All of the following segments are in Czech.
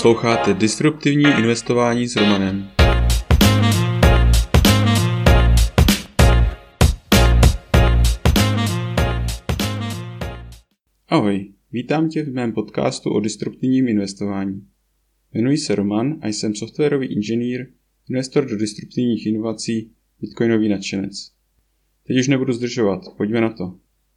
Posloucháte Disruptivní investování s Romanem. Ahoj, vítám tě v mém podcastu o disruptivním investování. Jmenuji se Roman a jsem softwarový inženýr, investor do disruptivních inovací, bitcoinový nadšenec. Teď už nebudu zdržovat, pojďme na to.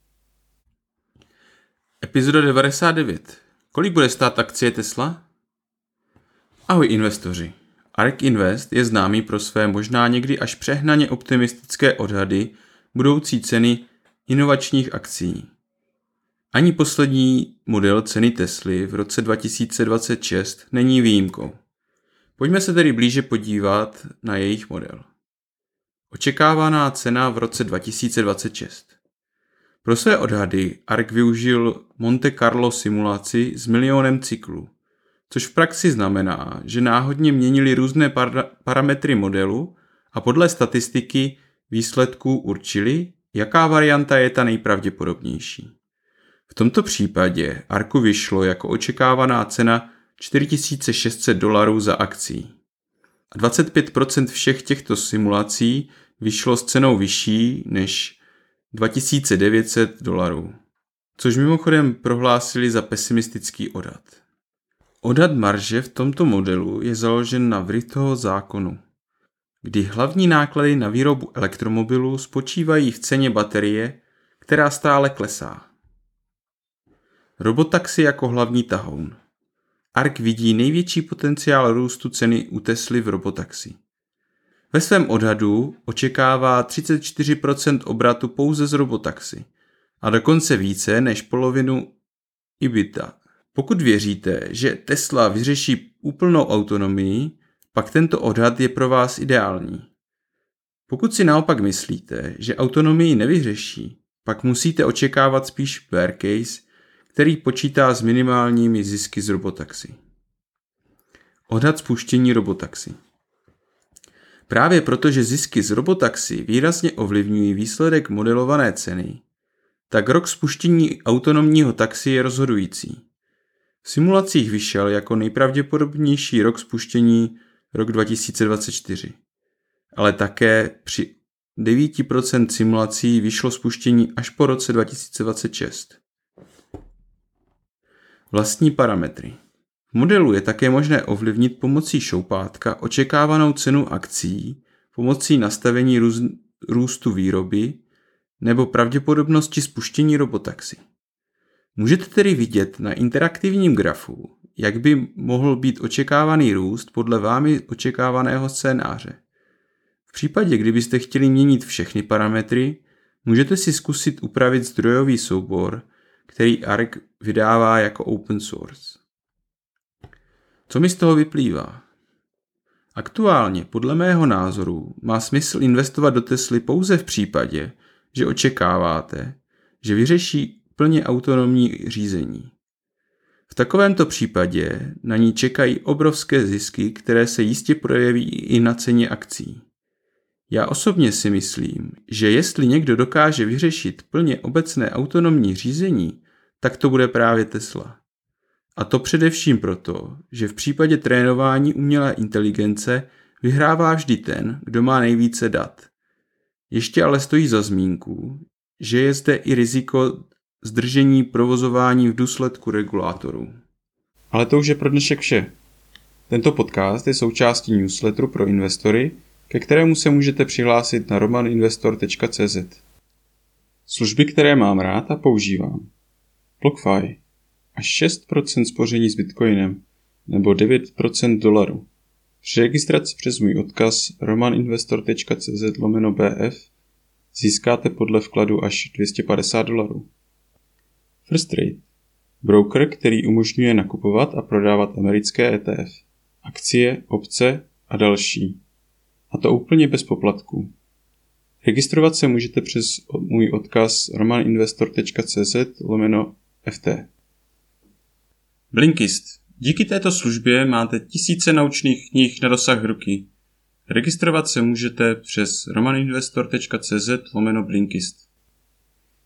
Epizoda 99. Kolik bude stát akcie Tesla? Ahoj investoři. ARK Invest je známý pro své možná někdy až přehnaně optimistické odhady budoucí ceny inovačních akcií. Ani poslední model ceny Tesly v roce 2026 není výjimkou. Pojďme se tedy blíže podívat na jejich model. Očekávaná cena v roce 2026. Pro své odhady ARK využil Monte Carlo simulaci s milionem cyklů, což v praxi znamená, že náhodně měnili různé parametry modelu a podle statistiky výsledků určili, jaká varianta je ta nejpravděpodobnější. V tomto případě ARKu vyšlo jako očekávaná cena $4600 za akcí. A 25% všech těchto simulací vyšlo s cenou vyšší než $2900, což mimochodem prohlásili za pesimistický odhad. Odhad marže v tomto modelu je založen na Virchovo zákonu, kdy hlavní náklady na výrobu elektromobilů spočívají v ceně baterie, která stále klesá. Robotaxi jako hlavní tahoun. ARK vidí největší potenciál růstu ceny u Tesly v robotaxi. Ve svém odhadu očekává 34% obratu pouze z robotaxi a dokonce více než polovinu EBITDA. Pokud věříte, že Tesla vyřeší úplnou autonomii, pak tento odhad je pro vás ideální. Pokud si naopak myslíte, že autonomii nevyřeší, pak musíte očekávat spíš bear case, který počítá s minimálními zisky z robotaxi. Odhad spuštění robotaxi. Právě protože zisky z robotaxi výrazně ovlivňují výsledek modelované ceny, tak rok spuštění autonomního taxi je rozhodující. V simulacích vyšel jako nejpravděpodobnější rok spuštění rok 2024, ale také při 9% simulací vyšlo spuštění až po roce 2026. Vlastní parametry. V modelu je také možné ovlivnit pomocí šoupátka očekávanou cenu akcií, pomocí nastavení růstu výroby nebo pravděpodobnosti spuštění robotaxi. Můžete tedy vidět na interaktivním grafu, jak by mohl být očekávaný růst podle vámi očekávaného scénáře. V případě, kdybyste chtěli měnit všechny parametry, můžete si zkusit upravit zdrojový soubor, který ARK vydává jako open source. Co mi z toho vyplývá? Aktuálně, podle mého názoru, má smysl investovat do Tesly pouze v případě, že očekáváte, že vyřeší plně autonomní řízení. V takovémto případě na ní čekají obrovské zisky, které se jistě projeví i na ceně akcí. Já osobně si myslím, že jestli někdo dokáže vyřešit plně obecné autonomní řízení, tak to bude právě Tesla. A to především proto, že v případě trénování umělé inteligence vyhrává vždy ten, kdo má nejvíce dat. Ještě ale stojí za zmínku, že je zde i riziko zdržení provozování v důsledku regulátorů. Ale to už je pro dnešek vše. Tento podcast je součástí newsletteru pro investory, ke kterému se můžete přihlásit na romaninvestor.cz. Služby, které mám rád a používám. BlockFi. Až 6% spoření s bitcoinem nebo 9% dolarů. Při registraci přes můj odkaz romaninvestor.cz/bf získáte podle vkladu až $250. First Trade. Broker, který umožňuje nakupovat a prodávat americké ETF, akcie, opce a další. A to úplně bez poplatků. Registrovat se můžete přes můj odkaz romaninvestor.cz/ft. Blinkist. Díky této službě máte tisíce naučných knih na dosah ruky. Registrovat se můžete přes romaninvestor.cz/blinkist.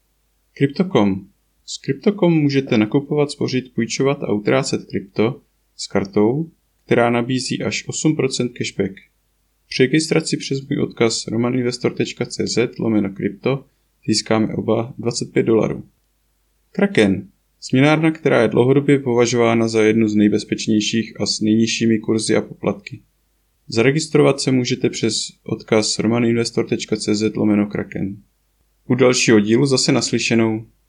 Crypto.com. S Crypto.com můžete nakupovat, spořit, půjčovat a utrácet krypto s kartou, která nabízí až 8% cashback. Při registraci přes můj odkaz romaninvestor.cz/krypto získáme oba $25. Kraken, směnárna, která je dlouhodobě považována za jednu z nejbezpečnějších a s nejnižšími kurzy a poplatky. Zaregistrovat se můžete přes odkaz romaninvestor.cz/kraken. U dalšího dílu zase naslyšenou.